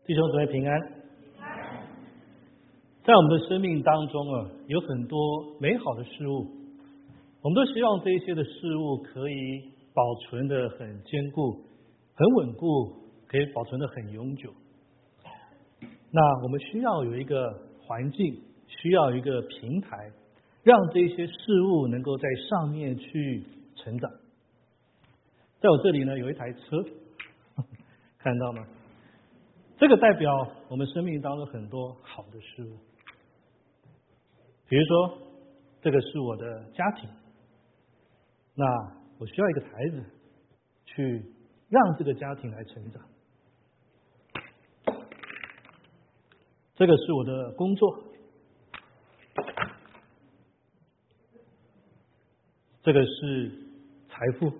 弟兄姊妹平安。在我们的生命当中有很多美好的事物，我们都希望这一些的事物可以保存得很坚固、很稳固，可以保存得很永久。那我们需要有一个环境，需要一个平台，让这些事物能够在上面去成长。在我这里呢，有一台车，看到吗？这个代表我们生命当中很多好的事物。比如说，这个是我的家庭，那我需要一个台子去让这个家庭来成长。这个是我的工作，这个是财富，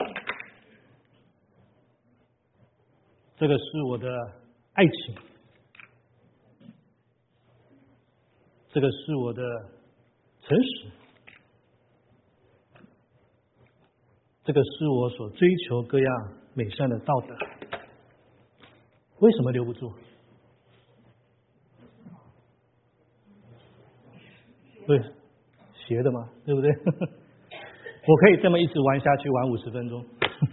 这个是我的爱情，这个是我的诚实，这个是我所追求各样美善的道德。为什么留不住？对，斜的嘛，对不对？我可以这么一直玩下去，玩50分钟。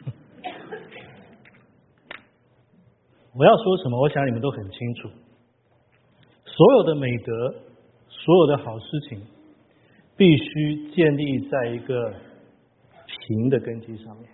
我要说什么，我想你们都很清楚。所有的美德，所有的好事情，必须建立在一个平的根基上面。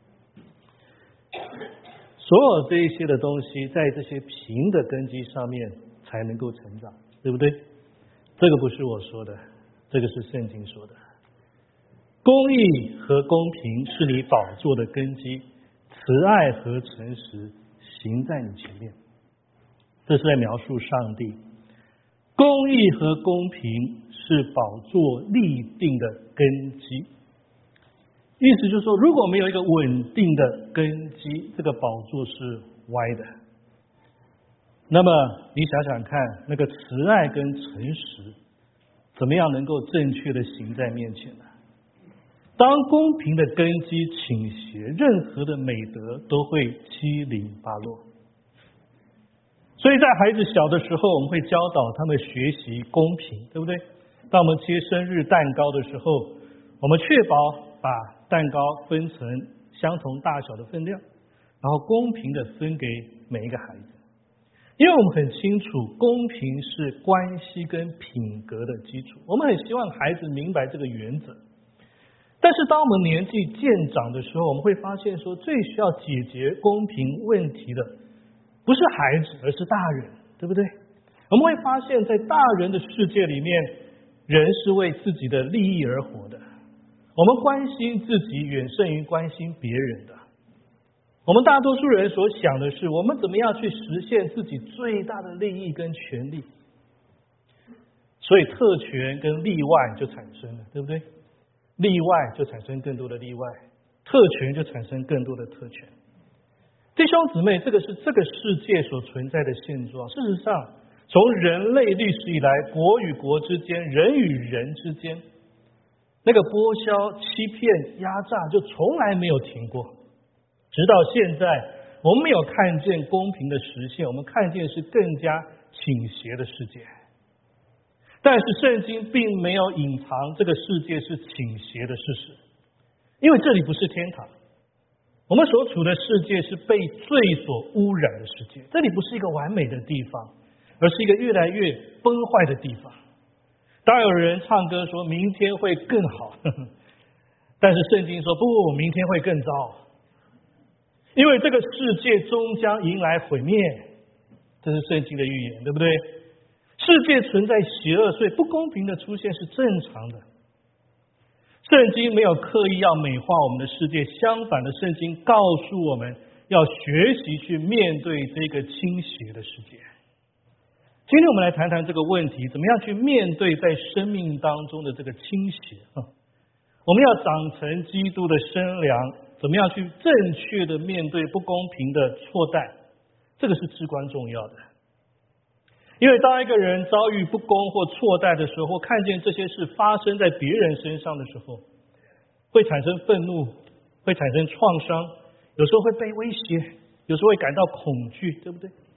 所有这一些的东西，在这些平的根基上面才能够成长，对不对？这个不是我说的，这个是圣经说的。公义和公平是你宝座的根基，慈爱和诚实行在你前面。这是在描述上帝。公义和公平是宝座立定的根基，意思就是说，如果没有一个稳定的根基，这个宝座是歪的。那么你想想看，那个慈爱跟诚实怎么样能够正确的行在面前呢？当公平的根基倾斜，任何的美德都会七零八落。所以在孩子小的时候，我们会教导他们学习公平，对不对？当我们切生日蛋糕的时候，我们确保把蛋糕分成相同大小的分量，然后公平的分给每一个孩子。因为我们很清楚，公平是关系跟品格的基础，我们很希望孩子明白这个原则。但是当我们年纪渐长的时候，我们会发现说，最需要解决公平问题的不是孩子，而是大人，对不对？我们会发现，在大人的世界里面，人是为自己的利益而活的。我们关心自己远胜于关心别人的。我们大多数人所想的是，我们怎么样去实现自己最大的利益跟权利。所以特权跟例外就产生了，对不对？例外就产生更多的例外，特权就产生更多的特权。弟兄姊妹，这个是这个世界所存在的现状。事实上，从人类历史以来，国与国之间，人与人之间，那个剥削、欺骗、压榨就从来没有停过。直到现在，我们没有看见公平的实现，我们看见是更加倾斜的世界。但是圣经并没有隐藏这个世界是倾斜的事实，因为这里不是天堂。我们所处的世界是被罪所污染的世界，这里不是一个完美的地方，而是一个越来越崩坏的地方。当然有人唱歌说明天会更好，但是圣经说不，明天会更糟，因为这个世界终将迎来毁灭，这是圣经的预言，对不对？世界存在邪恶，所以不公平的出现是正常的。圣经没有刻意要美化我们的世界，相反的，圣经告诉我们要学习去面对这个倾斜的世界。今天我们来谈谈这个问题，怎么样去面对在生命当中的这个倾斜。我们要长成基督的身量，怎么样去正确的面对不公平的错待，这个是至关重要的。因为当一个人遭遇不公或错待的时候，或看见这些事发生在别人身上的时候，会产生愤怒，会产生创伤，有时候会被威胁，有时候会感到恐惧，对不对？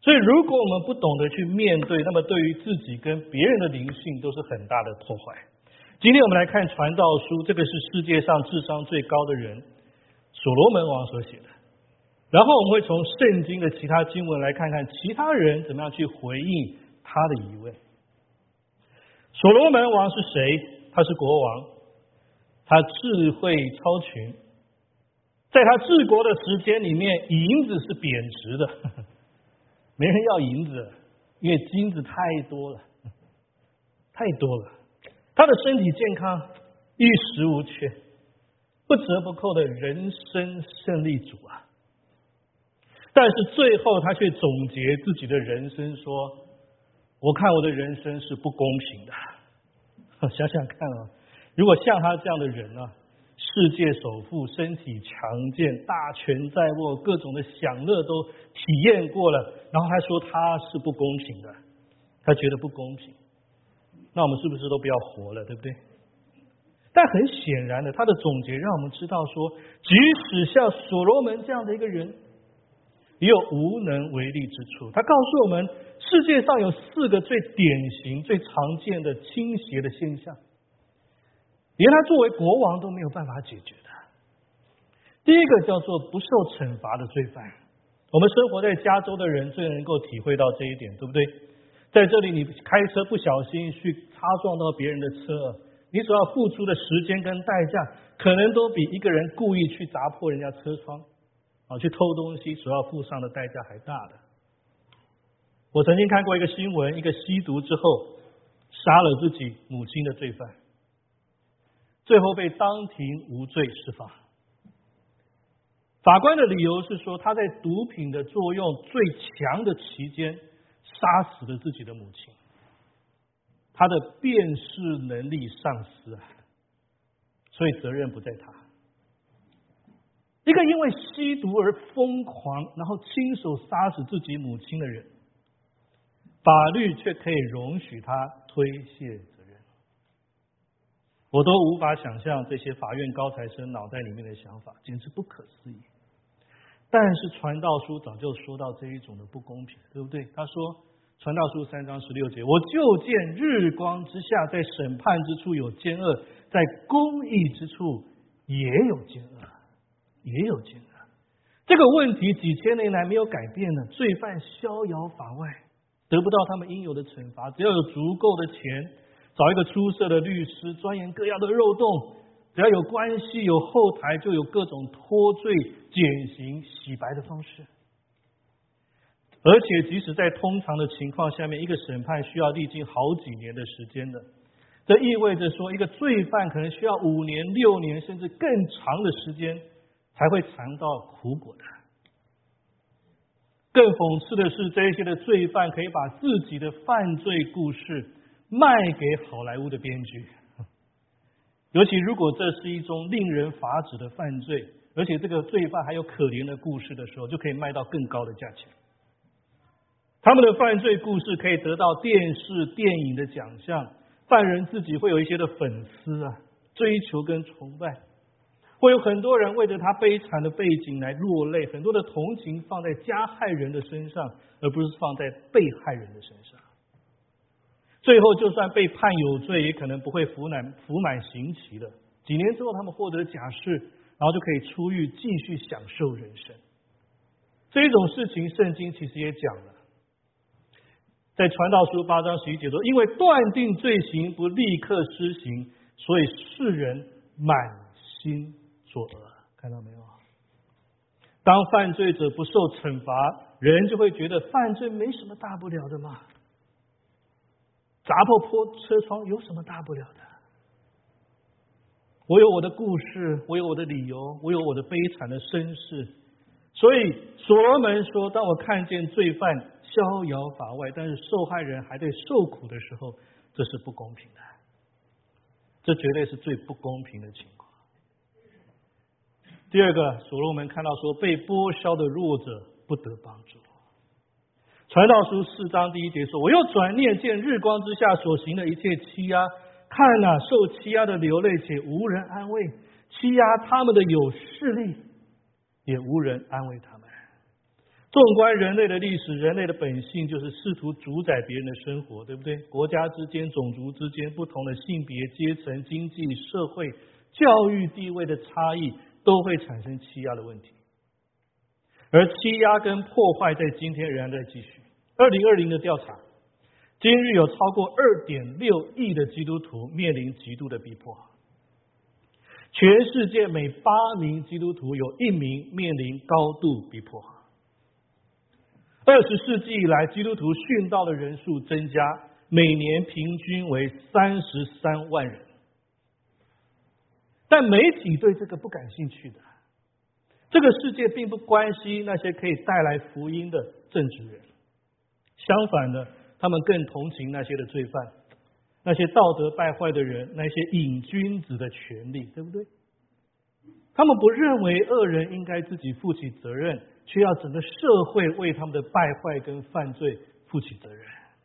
所以如果我们不懂得去面对，那么对于自己跟别人的灵性都是很大的破坏。今天我们来看传道书，这个是世界上智商最高的人所罗门王所写的。然后我们会从圣经的其他经文来看看其他人怎么样去回应他的疑问。所罗门王是谁？他是国王，他智慧超群，在他治国的时间里面，银子是贬值的，没人要银子，因为金子太多了，太多了。他的身体健康，衣食无缺，不折不扣的人生胜利组啊！但是最后他却总结自己的人生说：“我看我的人生是不公平的。”想想看啊，如果像他这样的人啊，世界首富，身体强健，大权在握，各种的享乐都体验过了，然后还说他是不公平的，他觉得不公平，那我们是不是都不要活了，对不对？但很显然的，他的总结让我们知道说，即使像所罗门这样的一个人，也有无能为力之处。他告诉我们，世界上有4个最典型、最常见的倾斜的现象，连他作为国王都没有办法解决的。第一个叫做不受惩罚的罪犯。我们生活在加州的人最能够体会到这一点，对不对？在这里，你开车不小心去擦撞到别人的车，你所要付出的时间跟代价，可能都比一个人故意去砸破人家车窗去偷东西所要付上的代价还大的。我曾经看过一个新闻，一个吸毒之后杀了自己母亲的罪犯，最后被当庭无罪释放。法官的理由是说，他在毒品的作用最强的期间杀死了自己的母亲，他的辨识能力丧失所以责任不在他。一个因为吸毒而疯狂，然后亲手杀死自己母亲的人，法律却可以容许他推卸责任。我都无法想象这些法院高材生脑袋里面的想法，简直不可思议。但是传道书早就说到这一种的不公平，对不对？他说，传道书3章16节，我就见日光之下，在审判之处有奸恶，在公义之处也有奸恶，也有奸恶。这个问题几千年来没有改变呢，罪犯逍遥法外，得不到他们应有的惩罚。只要有足够的钱，找一个出色的律师，钻研各样的漏洞，只要有关系有后台，就有各种脱罪减刑洗白的方式。而且即使在通常的情况下面，一个审判需要历经好几年的时间的，这意味着说，一个罪犯可能需要5年6年甚至更长的时间才会尝到苦果的。更讽刺的是，这些的罪犯可以把自己的犯罪故事卖给好莱坞的编剧，尤其如果这是一种令人发指的犯罪，而且这个罪犯还有可怜的故事的时候，就可以卖到更高的价钱。他们的犯罪故事可以得到电视电影的奖项，犯人自己会有一些的粉丝追求跟崇拜，会有很多人为着他悲惨的背景来落泪，很多的同情放在加害人的身上，而不是放在被害人的身上。最后就算被判有罪，也可能不会服满刑期的，几年之后他们获得假释，然后就可以出狱继续享受人生。这种事情圣经其实也讲了，在传道书8章11节说，因为断定罪行不立刻施行，所以世人满心作恶。看到没有？当犯罪者不受惩罚，人就会觉得犯罪没什么大不了的嘛，砸破车窗有什么大不了的？我有我的故事，我有我的理由，我有我的悲惨的身世。所以所罗门说，当我看见罪犯逍遥法外，但是受害人还在受苦的时候，这是不公平的，这绝对是最不公平的情况。第二个，所罗门看到说，被剥削的弱者不得帮助。传道书4章1节说，我又转念见日光之下所行的一切欺压，看受欺压的流泪，且无人安慰，欺压他们的有势力，也无人安慰他们。 纵观人类的历史，人类的本性就是试图主宰别人的生活，对不对？国家之间、种族之间、不同的性别、阶层、经济、社会、教育地位的差异，都会产生欺压的问题。而欺压跟破坏在今天仍然在继续。2020的调查，今日有超过2.6亿的基督徒面临极度的逼迫。全世界每8名基督徒有1名面临高度逼迫。20世纪以来，基督徒殉道的人数增加，每年平均为33万人。但媒体对这个不感兴趣的。这个世界并不关心那些可以带来福音的正直人，相反的，他们更同情那些的罪犯，那些道德败坏的人，那些瘾君子的权利，对不对？他们不认为恶人应该自己负起责任，却要整个社会为他们的败坏跟犯罪负起责任。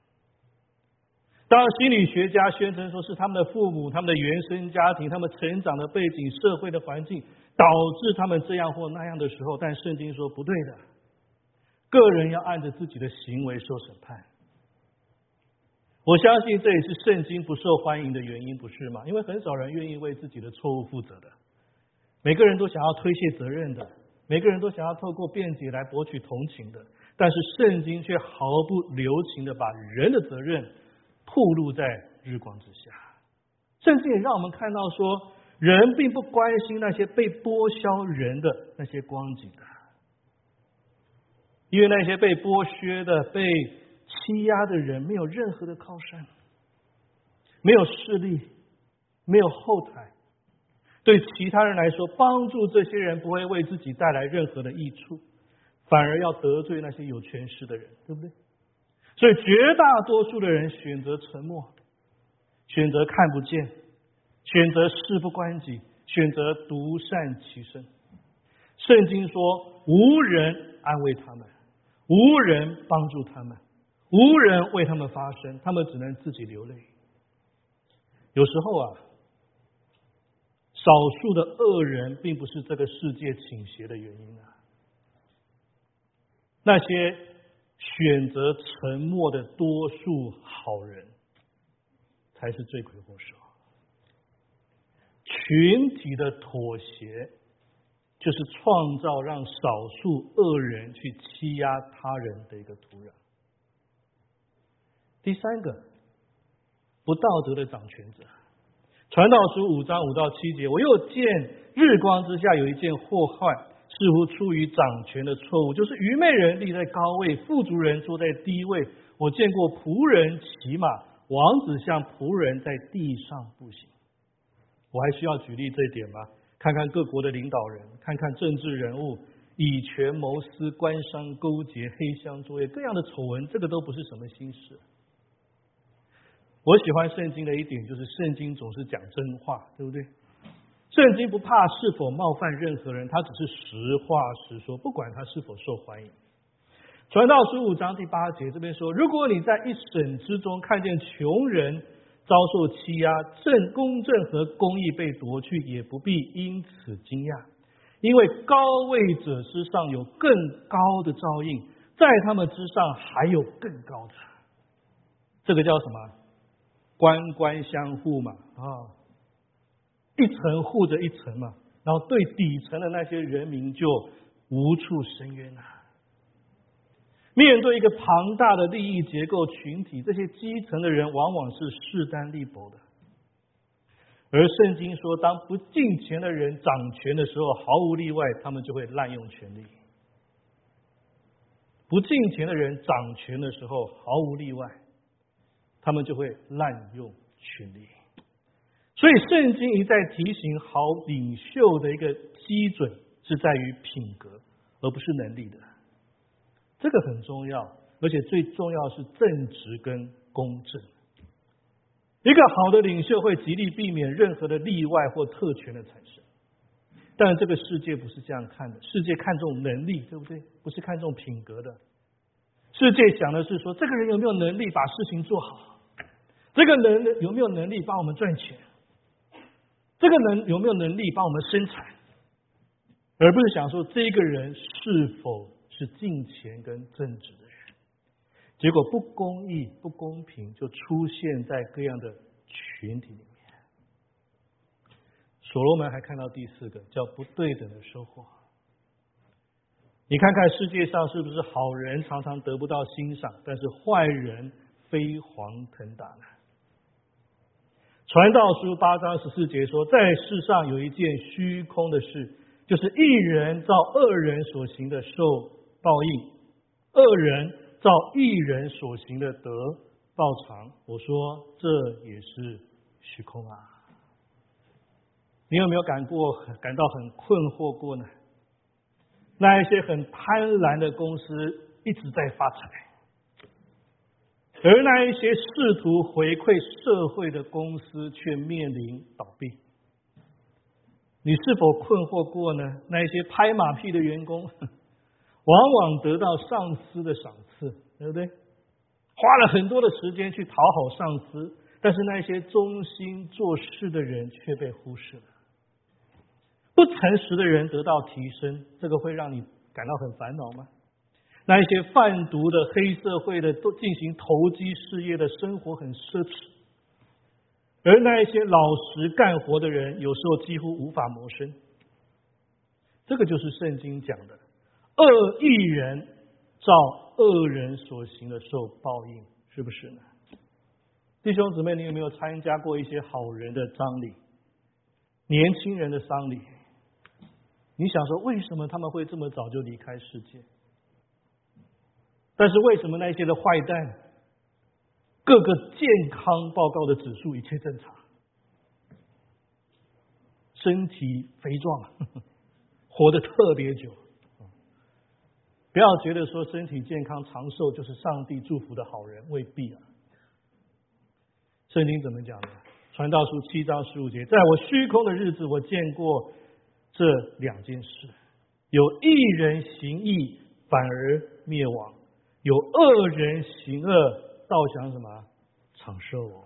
当心理学家宣称说是他们的父母、他们的原生家庭、他们成长的背景、社会的环境导致他们这样或那样的时候，但圣经说不对的，个人要按着自己的行为受审判。我相信这也是圣经不受欢迎的原因，不是吗？因为很少人愿意为自己的错误负责的，每个人都想要推卸责任的，每个人都想要透过辩解来博取同情的，但是圣经却毫不留情的把人的责任暴露在日光之下。圣经也让我们看到说，人并不关心那些被剥削人的那些光景的，因为那些被剥削的、被欺压的人没有任何的靠山，没有势力，没有后台。对其他人来说，帮助这些人不会为自己带来任何的益处，反而要得罪那些有权势的人，对不对？所以绝大多数的人选择沉默，选择看不见，选择事不关己，选择独善其身。圣经说，无人安慰他们，无人帮助他们，无人为他们发声，他们只能自己流泪。有时候啊，少数的恶人并不是这个世界倾斜的原因啊，那些选择沉默的多数好人才是罪魁祸首。群体的妥协就是创造让少数恶人去欺压他人的一个土壤。第三个，不道德的掌权者。传道书5章5到7节，我又见日光之下有一件祸患，似乎出于掌权的错误，就是愚昧人立在高位，富足人坐在低位。我见过仆人骑马，王子像仆人在地上步行。我还需要举例这一点吗？看看各国的领导人，看看政治人物以权谋私、官商勾结、黑箱作业，各样的丑闻，这个都不是什么新事。我喜欢圣经的一点就是圣经总是讲真话，对不对？圣经不怕是否冒犯任何人，他只是实话实说，不管他是否受欢迎。传道书5章第8节这边说，如果你在一省之中看见穷人遭受欺压，公正和公义被夺去，也不必因此惊讶，因为高位者之上有更高的照应，在他们之上还有更高的。这个叫什么？官官相护嘛，一层护着一层嘛，然后对底层的那些人民就无处伸冤啊。面对一个庞大的利益结构群体，这些基层的人往往是势单力薄的。而圣经说，当不敬虔的人掌权的时候，毫无例外，他们就会滥用权力。不敬虔的人掌权的时候，毫无例外，他们就会滥用权力。所以圣经一再提醒，好领袖的一个基准是在于品格，而不是能力的。这个很重要，而且最重要是正直跟公正。一个好的领袖会极力避免任何的例外或特权的产生。但这个世界不是这样看的，世界看重能力，对不对？不是看重品格的。世界想的是说，这个人有没有能力把事情做好，这个人有没有能力帮我们赚钱，这个人有没有能力帮我们生产，而不是想说这个人是否是敬虔跟正直的人。结果不公义、不公平就出现在各样的群体里面。所罗门还看到第4个，叫不对等的收获。你看看世界上是不是好人常常得不到欣赏，但是坏人飞黄腾达呢？传道书8章14节说，在世上有一件虚空的事，就是一人照恶人所行的受报应，恶人照义人所行的得报偿。我说这也是虚空啊！你有没有感到很困惑过呢？那一些很贪婪的公司一直在发财，而那一些试图回馈社会的公司却面临倒闭。你是否困惑过呢？那一些拍马屁的员工往往得到上司的赏赐，对不对？花了很多的时间去讨好上司，但是那些忠心做事的人却被忽视了。不诚实的人得到提升，这个会让你感到很烦恼吗？那一些贩毒的、黑社会的都进行投机事业的，生活很奢侈，而那一些老实干活的人有时候几乎无法谋生。这个就是圣经讲的恶意人照恶人所行的受报应，是不是呢？弟兄姊妹，你有没有参加过一些好人的丧礼，年轻人的丧礼？你想说为什么他们会这么早就离开世界？但是为什么那些的坏蛋各个健康报告的指数一切正常，身体肥壮，活得特别久？不要觉得说身体健康长寿就是上帝祝福的好人，未必啊。圣经怎么讲的？传道书7章15节，在我虚空的日子，我见过这2件事：有义人行义，反而灭亡；有恶人行恶，倒想什么长寿哦。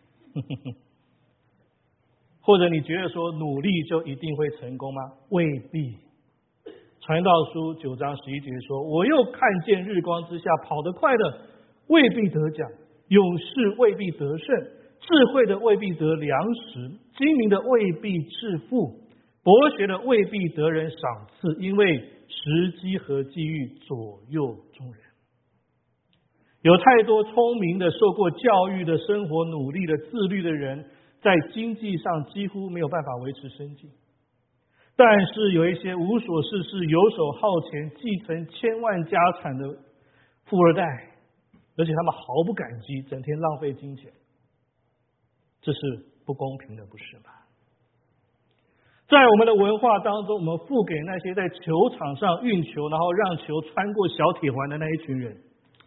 或者你觉得说努力就一定会成功吗？未必。传道书9章11节说，我又看见日光之下跑得快的未必得奖，勇士未必得胜，智慧的未必得粮食，精明的未必致富，博学的未必得人赏赐，因为时机和机遇左右众人。有太多聪明的、受过教育的、生活努力的、自律的人，在经济上几乎没有办法维持生计。但是有一些无所事事、游手好闲、继承千万家产的富二代，而且他们毫不感激，整天浪费金钱，这是不公平的，不是吗？在我们的文化当中，我们付给那些在球场上运球，然后让球穿过小铁环的那一群人，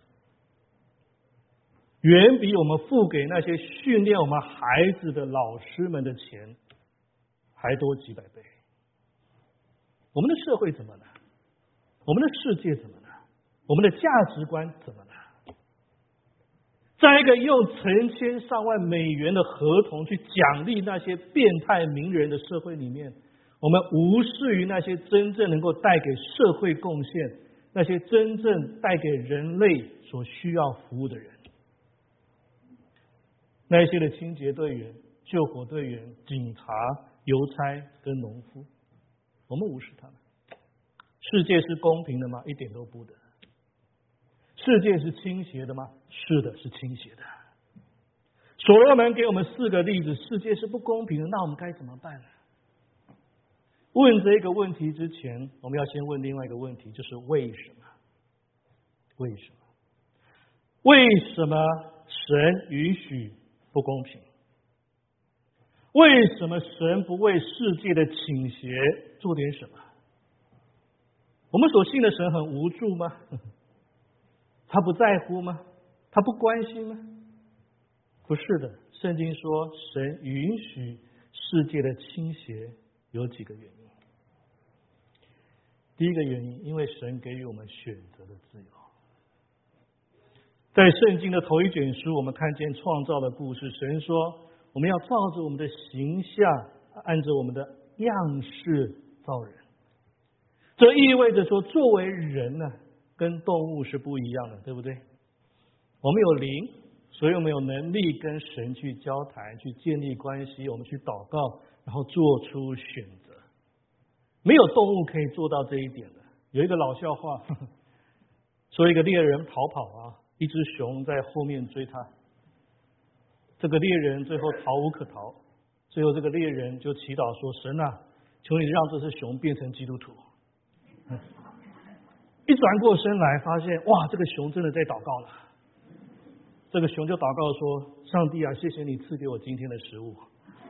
远比我们付给那些训练我们孩子的老师们的钱还多几百倍。我们的社会怎么了？我们的世界怎么了？我们的价值观怎么了？在一个用成千上万美元的合同去奖励那些变态名人的社会里面，我们无视于那些真正能够带给社会贡献、那些真正带给人类所需要服务的人。那些的清洁队员、救火队员、警察、邮差跟农夫，我们无视他们。世界是公平的吗？一点都不的。世界是倾斜的吗？是的，是倾斜的。所罗门给我们4个例子，世界是不公平的，那我们该怎么办呢？问这个问题之前，我们要先问另外一个问题，就是为什么？为什么？为什么神允许不公平？为什么神不为世界的倾斜做点什么？我们所信的神很无助吗？他不在乎吗？他不关心吗？不是的，圣经说神允许世界的倾斜有几个原因。第一个原因，因为神给予我们选择的自由。在圣经的头一卷书，我们看见创造的故事，神说我们要照着我们的形象，按着我们的样式造人。这意味着说，作为人呢， 跟动物是不一样的，对不对？我们有灵，所以我们有能力跟神去交谈，去建立关系，我们去祷告，然后做出选择。没有动物可以做到这一点的。有一个老笑话，说一个猎人跑一只熊在后面追他，这个猎人最后逃无可逃，最后这个猎人就祈祷说：神啊，求你让这只熊变成基督徒。一转过身来，发现哇，这个熊真的在祷告了。这个熊就祷告说：上帝啊，谢谢你赐给我今天的食物。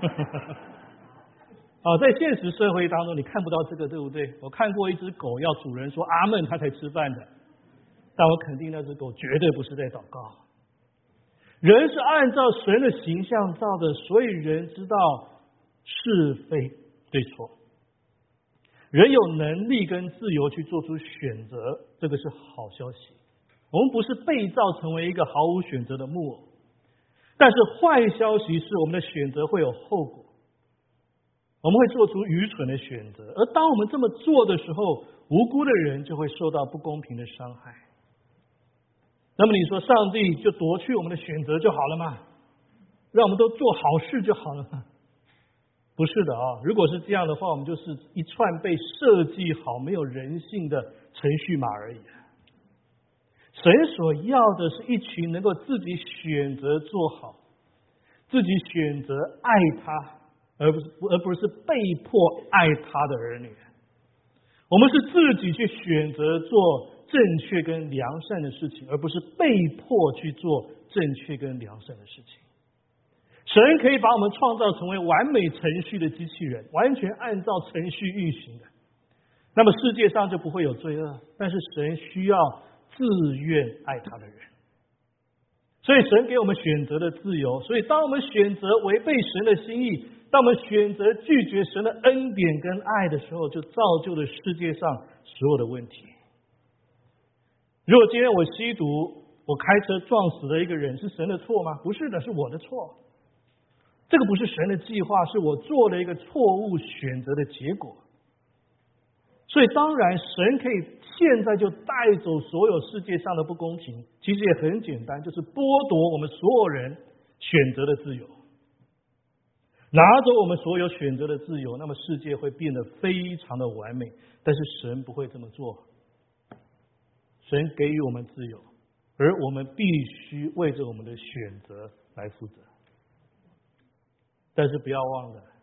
在现实社会当中你看不到这个，对不对？我看过一只狗要主人说阿门它才吃饭的，但我肯定那只狗绝对不是在祷告。人是按照神的形象造的，所以人知道是非对错。人有能力跟自由去做出选择，这个是好消息。我们不是被造成为一个毫无选择的木偶，但是坏消息是我们的选择会有后果，我们会做出愚蠢的选择，而当我们这么做的时候，无辜的人就会受到不公平的伤害。那么你说上帝就夺去我们的选择就好了吗？让我们都做好事就好了吗？不是的啊！如果是这样的话，我们就是一串被设计好没有人性的程序码而已。神所要的是一群能够自己选择做好，自己选择爱他，而不是被迫爱他的儿女。我们是自己去选择做正确跟良善的事情，而不是被迫去做正确跟良善的事情。神可以把我们创造成为完美程序的机器人，完全按照程序运行的，那么世界上就不会有罪恶。但是神需要自愿爱他的人，所以神给我们选择的自由。所以当我们选择违背神的心意，当我们选择拒绝神的恩典跟爱的时候，就造就了世界上所有的问题。如果今天我吸毒，我开车撞死了一个人，是神的错吗？不是的，是我的错。这个不是神的计划，是我做了一个错误选择的结果。所以当然神可以现在就带走所有世界上的不公平，其实也很简单，就是剥夺我们所有人选择的自由，拿走我们所有选择的自由，那么世界会变得非常的完美。但是神不会这么做，神给予我们自由，而我们必须为着我们的选择来负责。但是不要忘了，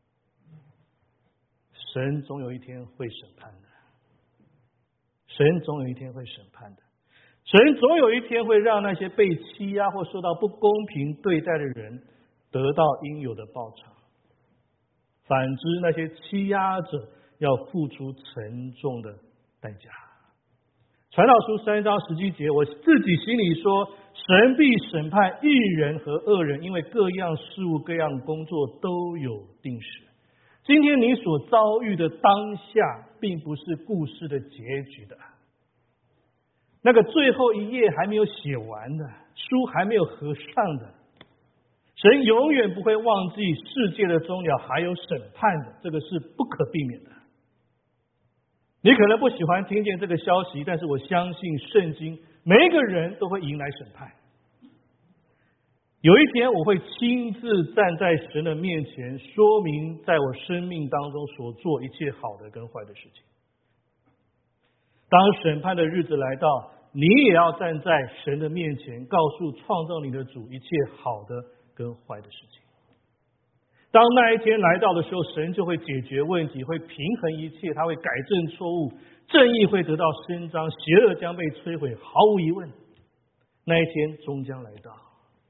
神总有一天会审判的，神总有一天会审判的，神总有一天会让那些被欺压或受到不公平对待的人得到应有的报偿，反之那些欺压者要付出沉重的代价。传道书3章17节，我自己心里说，神必审判义人和恶人，因为各样事物各样工作都有定时。今天你所遭遇的当下并不是故事的结局的，那个最后一页还没有写完的，书还没有合上的。神永远不会忘记世界的终了还有审判的，这个是不可避免的。你可能不喜欢听见这个消息，但是我相信圣经每一个人都会迎来审判。有一天我会亲自站在神的面前，说明在我生命当中所做一切好的跟坏的事情。当审判的日子来到，你也要站在神的面前，告诉创造你的主一切好的跟坏的事情。当那一天来到的时候，神就会解决问题，会平衡一切，他会改正错误，正义会得到伸张，邪恶将被摧毁，毫无疑问，那一天终将来到。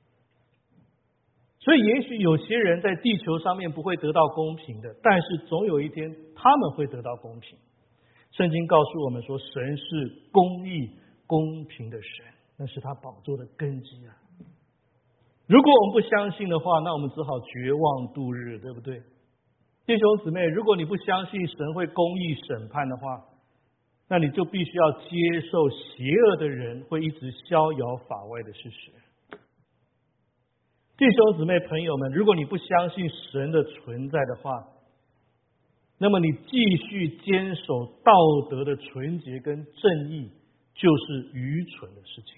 所以也许有些人在地球上面不会得到公平的，但是总有一天他们会得到公平。圣经告诉我们说，神是公义公平的神，那是他宝座的根基啊。如果我们不相信的话，那我们只好绝望度日，对不对？弟兄姊妹，如果你不相信神会公义审判的话，那你就必须要接受邪恶的人会一直逍遥法外的事实。弟兄姊妹朋友们，如果你不相信神的存在的话，那么你继续坚守道德的纯洁跟正义， 就是愚蠢的事情。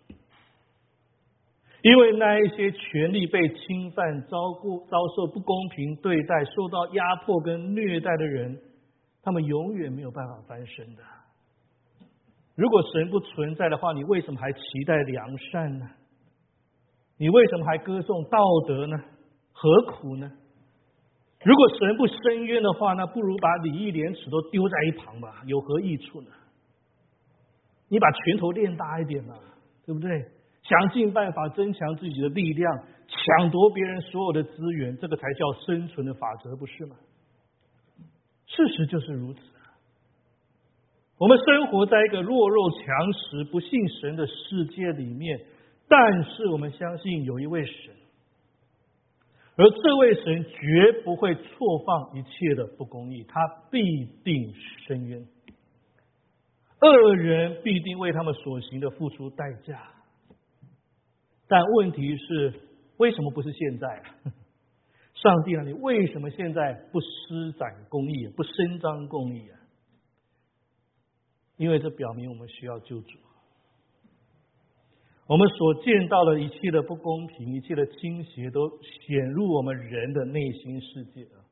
因为那一些权利被侵犯、遭受不公平对待、受到压迫跟虐待的人，他们永远没有办法翻身的。如果神不存在的话，你为什么还期待良善呢？你为什么还歌颂道德呢？何苦呢？如果神不伸冤的话，那不如把礼义廉耻都丢在一旁吧，有何益处呢？你把拳头练大一点嘛，对不对？想尽办法增强自己的力量，抢夺别人所有的资源，这个才叫生存的法则，不是吗？事实就是如此。我们生活在一个弱肉强食、不信神的世界里面，但是我们相信有一位神，而这位神绝不会错放一切的不公义，他必定伸冤，恶人必定为他们所行的付出代价。但问题是，为什么不是现在啊？上帝啊，你为什么现在不施展公义，不伸张公义啊？因为这表明我们需要救主。我们所见到的一切的不公平，一切的倾斜，都显入我们人的内心世界啊。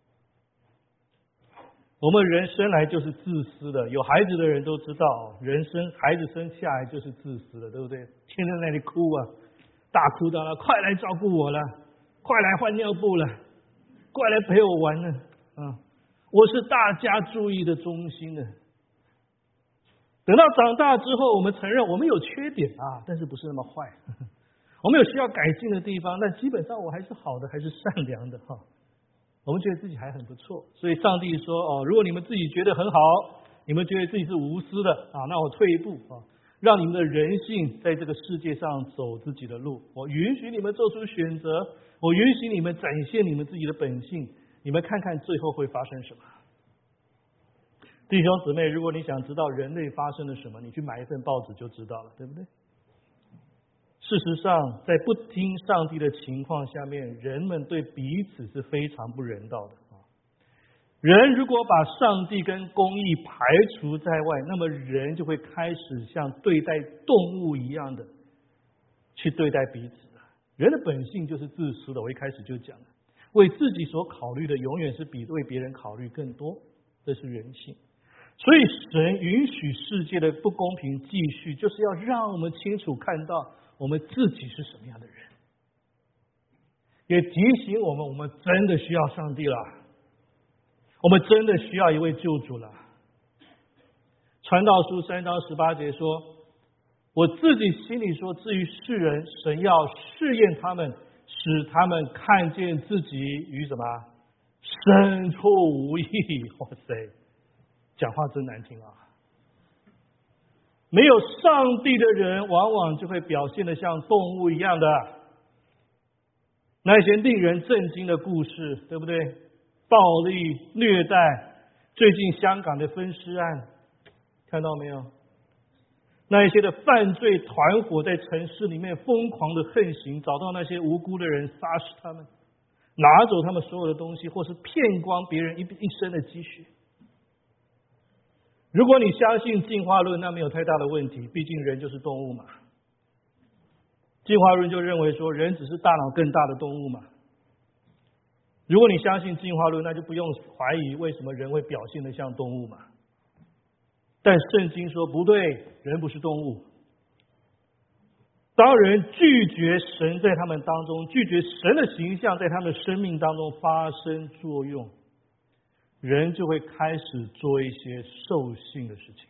我们人生来就是自私的，有孩子的人都知道，孩子生下来就是自私的，对不对？天天在那里哭啊，大哭大闹，快来照顾我了，快来换尿布了，快来陪我玩了啊！我是大家注意的中心的。等到长大之后，我们承认我们有缺点啊，但是不是那么坏。我们有需要改进的地方，但基本上我还是好的，还是善良的哈。我们觉得自己还很不错，所以上帝说哦，如果你们自己觉得很好，你们觉得自己是无私的啊，那我退一步啊，让你们的人性在这个世界上走自己的路。我允许你们做出选择，我允许你们展现你们自己的本性，你们看看最后会发生什么。弟兄姊妹，如果你想知道人类发生了什么，你去买一份报纸就知道了，对不对？事实上，在不听上帝的情况下面，人们对彼此是非常不人道的。人如果把上帝跟公义排除在外，那么人就会开始像对待动物一样的去对待彼此。人的本性就是自私的，我一开始就讲了，为自己所考虑的永远是比为别人考虑更多，这是人性。所以神允许世界的不公平继续，就是要让我们清楚看到我们自己是什么样的人，也提醒我们，我们真的需要上帝了，我们真的需要一位救主了。传道书3章18节说，我自己心里说，至于世人，神要试验他们，使他们看见自己与什么深处无益。哇塞，讲话真难听啊！没有上帝的人，往往就会表现得像动物一样的。那些令人震惊的故事，对不对？暴力、虐待，最近香港的分尸案，看到没有？那一些的犯罪团伙在城市里面疯狂的横行，找到那些无辜的人，杀死他们，拿走他们所有的东西，或是骗光别人一生的积蓄。如果你相信进化论，那没有太大的问题，毕竟人就是动物嘛。进化论就认为说，人只是大脑更大的动物嘛。如果你相信进化论，那就不用怀疑为什么人会表现得像动物嘛。但圣经说不对，人不是动物。当人拒绝神在他们当中，拒绝神的形象在他们的生命当中发生作用，人就会开始做一些兽性的事情。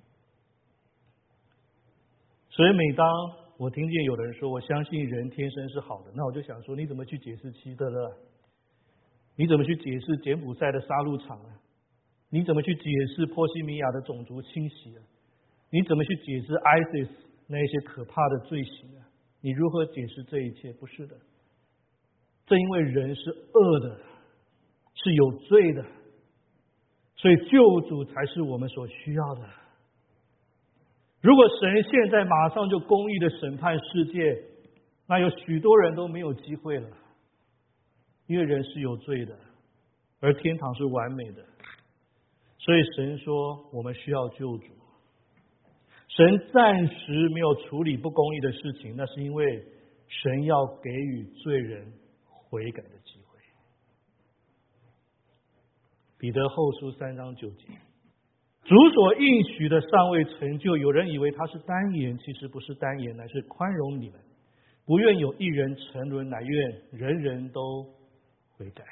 所以每当我听见有的人说我相信人天生是好的，那我就想说，你怎么去解释希特勒？你怎么去解释柬埔寨的杀戮场呢？你怎么去解释波西米亚的种族清洗呢？你怎么去解释 ISIS 那些可怕的罪行呢？你如何解释这一切？不是的，正因为人是恶的，是有罪的，所以救主才是我们所需要的。如果神现在马上就公义的审判世界，那有许多人都没有机会了，因为人是有罪的，而天堂是完美的。所以神说我们需要救主， 神暂时没有处理不公义的事情，那是因为神要给予罪人悔改的机会。彼得后书3章9节，主所应许的尚未成就，有人以为他是单言，其实不是单言，乃是宽容你们，不愿有一人沉沦，乃愿人人都悔改。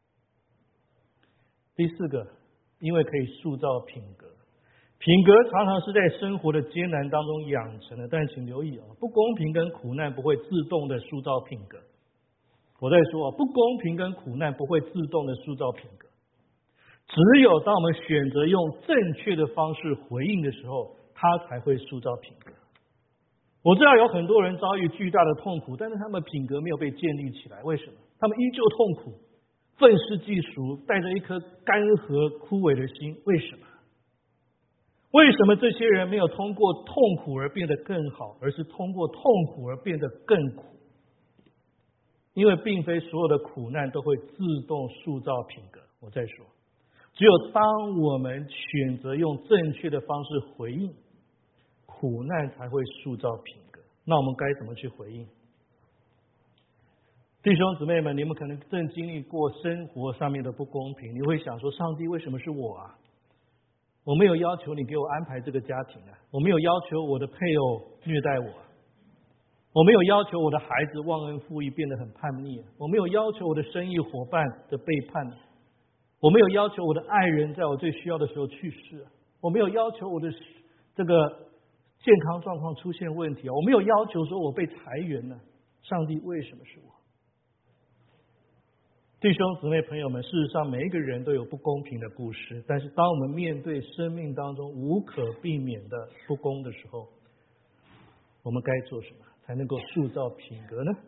第四个，因为可以塑造品格。品格常常是在生活的艰难当中养成的，但请留意不公平跟苦难不会自动的塑造品格。我在说不公平跟苦难不会自动的塑造品格，只有当我们选择用正确的方式回应的时候，它才会塑造品格。我知道有很多人遭遇巨大的痛苦，但是他们品格没有被建立起来，为什么？他们依旧痛苦，愤世嫉俗，带着一颗干涸枯萎的心，为什么？为什么这些人没有通过痛苦而变得更好，而是通过痛苦而变得更苦？因为并非所有的苦难都会自动塑造品格。我再说，只有当我们选择用正确的方式回应，苦难才会塑造品格。那我们该怎么去回应？弟兄姊妹们，你们可能正经历过生活上面的不公平，你会想说，上帝为什么是我啊？我没有要求你给我安排这个家庭啊，我没有要求我的配偶虐待我，我没有要求我的孩子忘恩负义变得很叛逆，我没有要求我的生意伙伴的背叛，我没有要求我的爱人在我最需要的时候去世，我没有要求我的这个健康状况出现问题，我没有要求说我被裁员了，上帝为什么是我？弟兄姊妹朋友们，事实上每一个人都有不公平的故事，但是当我们面对生命当中无可避免的不公的时候，我们该做什么才能够塑造品格呢？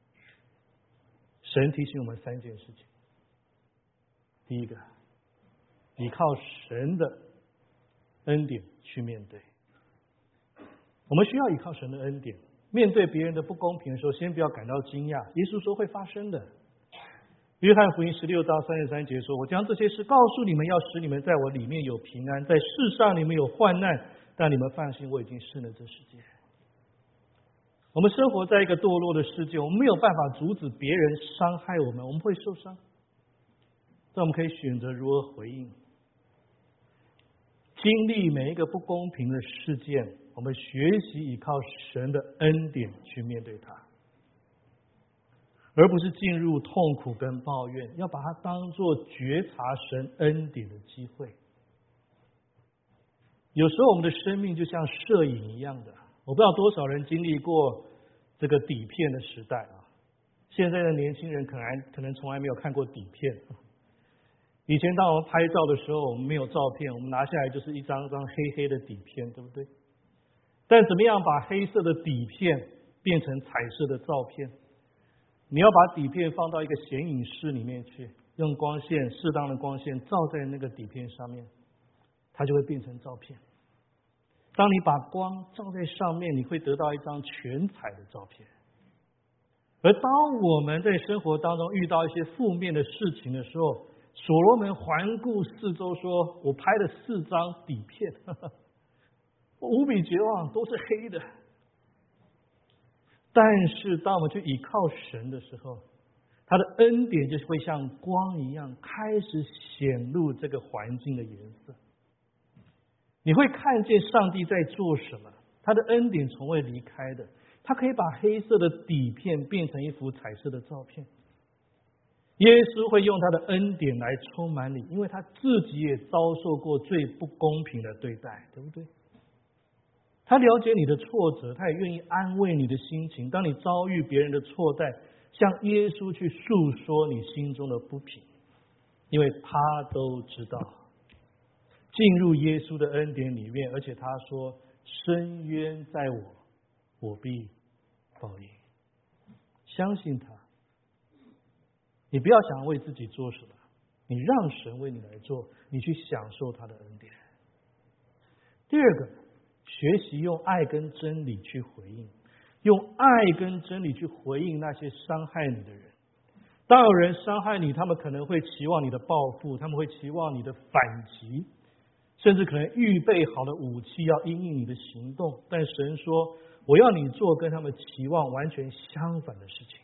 神提醒我们3件事情。第一个，依靠神的恩典去面对。我们需要依靠神的恩典，面对别人的不公平的时候，先不要感到惊讶，耶稣说会发生的。约翰福音16章33节说，我将这些事告诉你们，要使你们在我里面有平安，在世上你们有患难，但你们放心，我已经胜了这世界。我们生活在一个堕落的世界，我们没有办法阻止别人伤害我们，我们会受伤，但我们可以选择如何回应。经历每一个不公平的事件，我们学习依靠神的恩典去面对它，而不是进入痛苦跟抱怨，要把它当作觉察神恩典的机会。有时候我们的生命就像摄影一样的，我不知道多少人经历过这个底片的时代啊。现在的年轻人可能从来没有看过底片。以前当我们拍照的时候，我们没有照片，我们拿下来就是一张张黑黑的底片，对不对？但怎么样把黑色的底片变成彩色的照片？你要把底片放到一个显影室里面去，用光线，适当的光线照在那个底片上面，它就会变成照片。当你把光照在上面，你会得到一张全彩的照片。而当我们在生活当中遇到一些负面的事情的时候，所罗门环顾四周说，我拍了4张底片，我无比绝望，都是黑的。但是当我们去依靠神的时候，他的恩典就会像光一样开始显露这个环境的颜色。你会看见上帝在做什么，他的恩典从未离开的，他可以把黑色的底片变成一幅彩色的照片。耶稣会用他的恩典来充满你，因为他自己也遭受过最不公平的对待，对不对？他了解你的挫折，他也愿意安慰你的心情。当你遭遇别人的错待，向耶稣去诉说你心中的不平，因为他都知道。进入耶稣的恩典里面，而且他说，深渊在我，我必报应。相信他，你不要想为自己做什么，你让神为你来做，你去享受他的恩典。第二个，学习用爱跟真理去回应，用爱跟真理去回应那些伤害你的人。当有人伤害你，他们可能会期望你的报复，他们会期望你的反击。 甚至可能预备好了武器要因应你的行动，但神说我要你做跟他们期望完全相反的事情。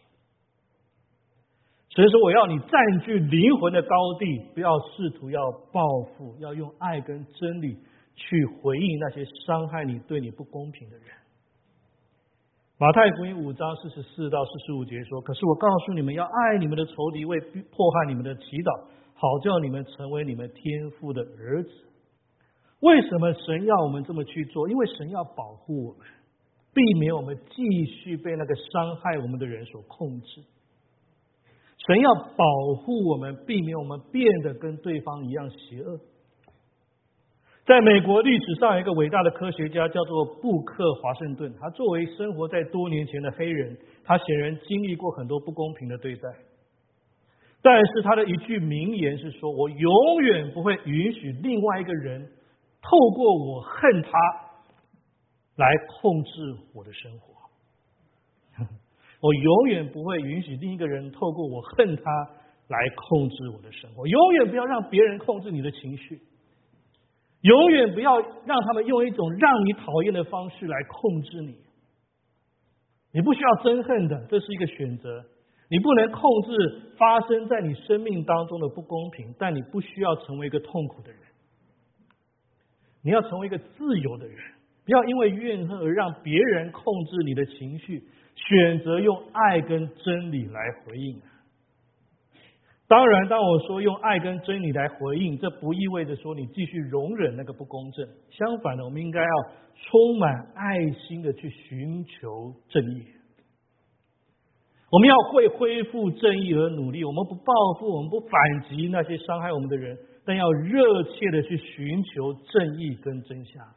神说我要你占据灵魂的高地，不要试图要报复，要用爱跟真理去回应那些伤害你对你不公平的人。马太福音5章44到45节说，可是我告诉你们要爱你们的仇敌，为迫害你们的祈祷，好叫你们成为你们天父的儿子。为什么神要我们这么去做？因为神要保护我们，避免我们继续被那个伤害我们的人所控制。神要保护我们，避免我们变得跟对方一样邪恶。在美国历史上有一个伟大的科学家叫做布克华盛顿，他作为生活在多年前的黑人，他显然经历过很多不公平的对待。但是他的一句名言是说，我永远不会允许另外一个人透过我恨他来控制我的生活。我永远不会允许另一个人透过我恨他来控制我的生活。永远不要让别人控制你的情绪，永远不要让他们用一种让你讨厌的方式来控制你。你不需要憎恨的，这是一个选择。你不能控制发生在你生命当中的不公平，但你不需要成为一个痛苦的人。你要成为一个自由的人，不要因为怨恨而让别人控制你的情绪，选择用爱跟真理来回应。当然，当我说用爱跟真理来回应，这不意味着说你继续容忍那个不公正。相反的，我们应该要充满爱心的去寻求正义。我们要为恢复正义而努力，我们不报复，我们不反击那些伤害我们的人，但要热切的去寻求正义跟真相。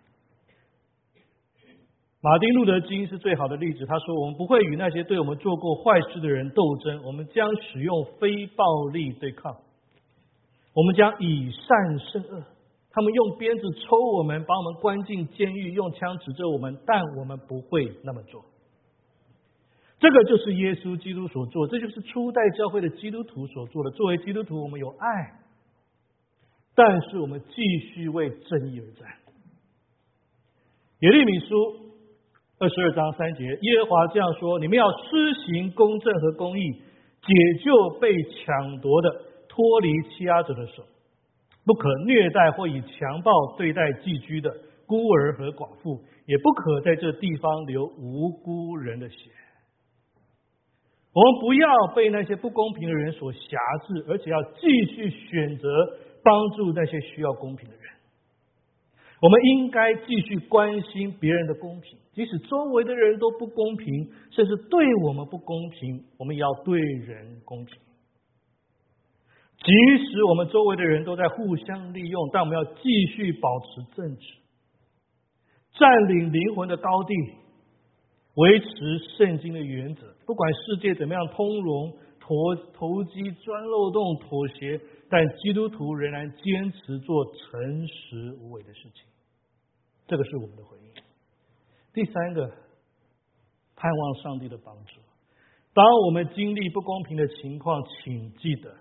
马丁路德金是最好的例子，他说我们不会与那些对我们做过坏事的人斗争，我们将使用非暴力对抗，我们将以善胜恶。他们用鞭子抽我们，把我们关进监狱，用枪指着我们，但我们不会那么做。这个就是耶稣基督所做，这就是初代教会的基督徒所做的。作为基督徒，我们有爱，但是我们继续为正义而战。耶利米书22章3节，耶和华这样说：你们要施行公正和公义，解救被抢夺的，脱离欺压者的手，不可虐待或以强暴对待寄居的、孤儿和寡妇，也不可在这地方流无辜人的血。我们不要被那些不公平的人所辖制，而且要继续选择帮助那些需要公平的人。我们应该继续关心别人的公平，即使周围的人都不公平，甚至对我们不公平，我们也要对人公平。即使我们周围的人都在互相利用，但我们要继续保持正直，占领灵魂的高地，维持圣经的原则。不管世界怎么样通融、投机、钻漏洞、妥协，但基督徒仍然坚持做诚实无伪的事情。这个是我们的回应。第三个，盼望上帝的帮助。当我们经历不公平的情况，请记得，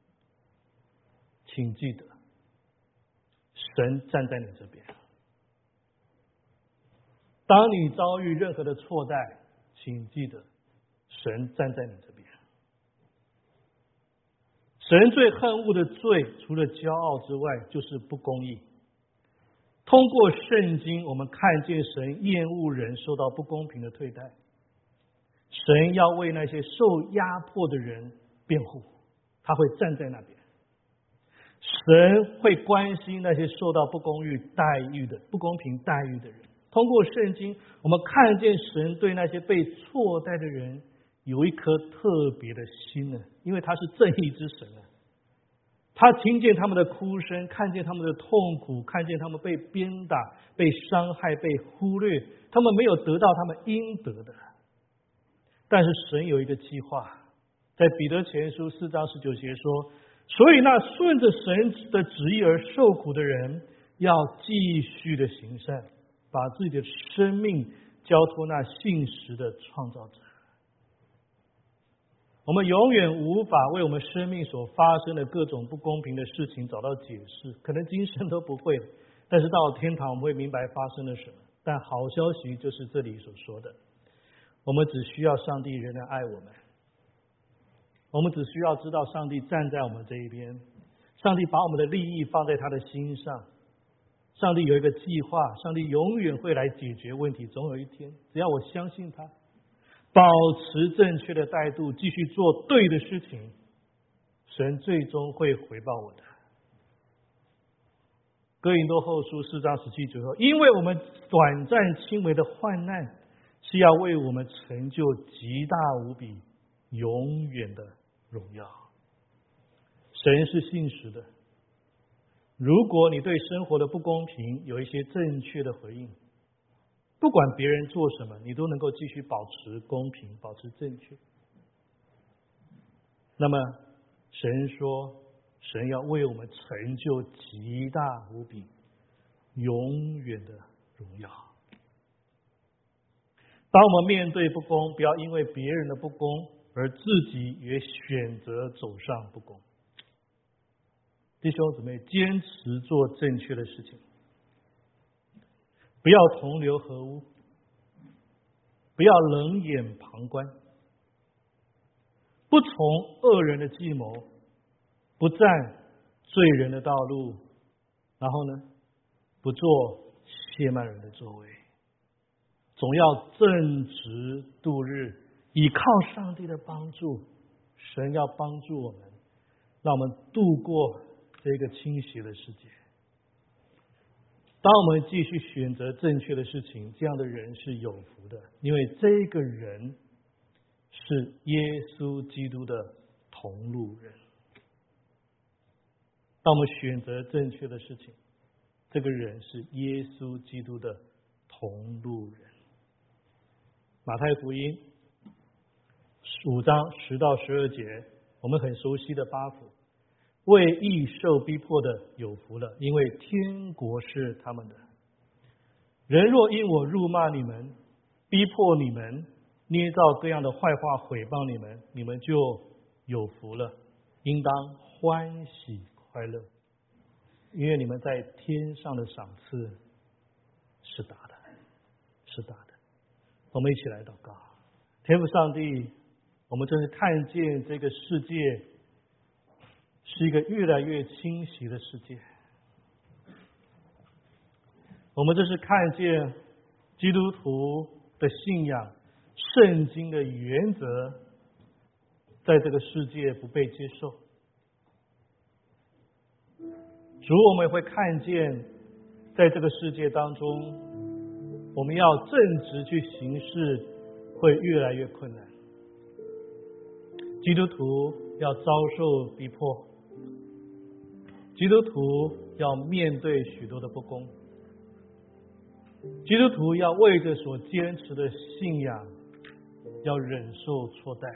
神站在你这边。当你遭遇任何的挫败，请记得，神站在你这边。神最恨恶的罪，除了骄傲之外，就是不公义。通过圣经，我们看见神厌恶人受到不公平的对待。神要为那些受压迫的人辩护，他会站在那边。神会关心那些受到不公平待遇的人。通过圣经，我们看见神对那些被错待的人有一颗特别的心呢，因为他是正义之神啊。他听见他们的哭声，看见他们的痛苦，看见他们被鞭打、被伤害、被忽略，他们没有得到他们应得的。但是神有一个计划，在彼得前书4章19节说，所以那顺着神的旨意而受苦的人，要继续的行善，把自己的生命交托那信实的创造者。我们永远无法为我们生命所发生的各种不公平的事情找到解释，可能今生都不会。 但是到了天堂，我们会明白发生了什么。但好消息就是这里所说的，我们只需要上帝仍然爱我们，我们只需要知道上帝站在我们这一边，上帝把我们的利益放在他的心上，上帝有一个计划，上帝永远会来解决问题，总有一天，只要我相信他，保持正确的态度，继续做对的事情，神最终会回报我的。哥林多后书4章17节说，因为我们短暂轻微的患难，是要为我们成就极大无比永远的荣耀。神是信实的，如果你对生活的不公平有一些正确的回应，不管别人做什么，你都能够继续保持公平，保持正确。那么神说，神要为我们成就极大无比永远的荣耀。当我们面对不公，不要因为别人的不公而自己也选择走上不公。弟兄姊妹，坚持做正确的事情，不要同流合污，不要冷眼旁观，不从恶人的计谋，不占罪人的道路，然后呢，不做亵慢人的作为，总要正直度日，倚靠上帝的帮助。神要帮助我们，让我们度过这个倾斜的世界。当我们继续选择正确的事情，这样的人是有福的，因为这个人是耶稣基督的同路人。当我们选择正确的事情，这个人是耶稣基督的同路人。马太福音5章10到12节，我们很熟悉的八福，为义受逼迫的有福了，因为天国是他们的。人若因我辱骂你们，逼迫你们，捏造各样的坏话毁谤你们，你们就有福了，应当欢喜快乐，因为你们在天上的赏赐是大的，是大的。我们一起来祷告。天父上帝，我们真是看见这个世界是一个越来越清晰的世界，我们这是看见基督徒的信仰、圣经的原则在这个世界不被接受。主，我们也会看见在这个世界当中，我们要正直去行事会越来越困难，基督徒要遭受逼迫，基督徒要面对许多的不公，基督徒要为着所坚持的信仰要忍受错待。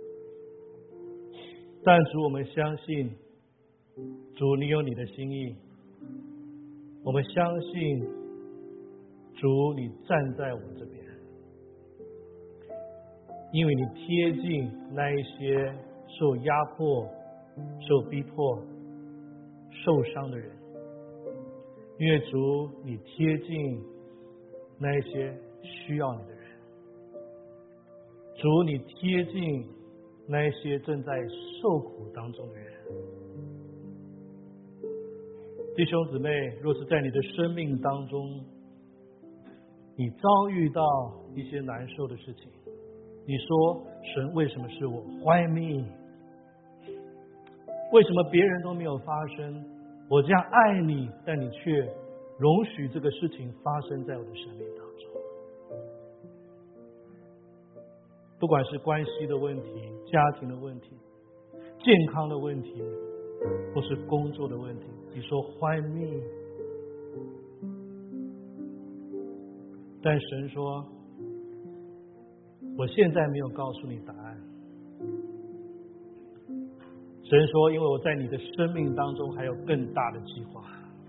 但主，我们相信主你有你的心意，我们相信主你站在我们这边，因为你贴近那一些受压迫、受逼迫、受伤的人，因为主你贴近那一些需要你的人，主你贴近那一些正在受苦当中的人。弟兄姊妹，若是在你的生命当中你遭遇到一些难受的事情，你说神为什么是我 Why me？ 为什么别人都没有发生？我这样爱你，但你却容许这个事情发生在我的生命当中。不管是关系的问题、家庭的问题、健康的问题，或是工作的问题，你说 Why me？ 但神说，我现在没有告诉你答案。神说，因为我在你的生命当中还有更大的计划。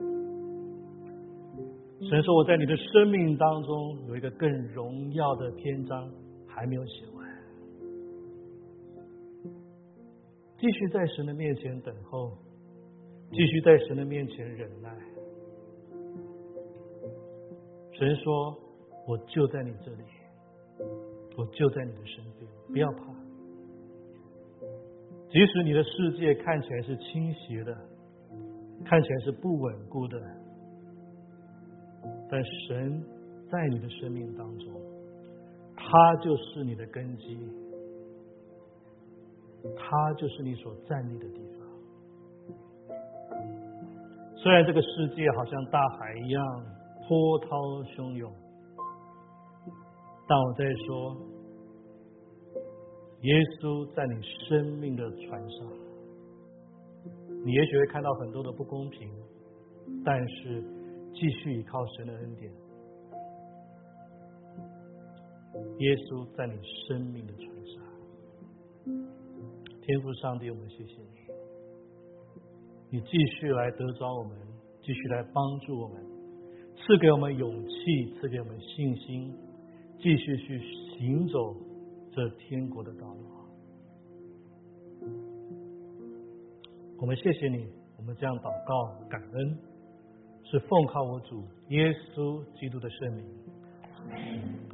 神说，我在你的生命当中有一个更荣耀的篇章还没有写完。继续在神的面前等候，继续在神的面前忍耐， 神说，我就在你这里，我就在你的身边，不要怕。即使你的世界看起来是倾斜的，看起来是不稳固的，但神在你的生命当中，他就是你的根基，他就是你所站立的地方。虽然这个世界好像大海一样波涛汹涌，但我在说，耶稣在你生命的船上，你也许会看到很多的不公平，但是继续依靠神的恩典。耶稣在你生命的船上，天父上帝，我们谢谢你，你继续来得着我们，继续来帮助我们，赐给我们勇气，赐给我们信心，继续去行走这天国的道路。我们谢谢你，我们这样祷告感恩，是奉靠我主耶稣基督的圣名。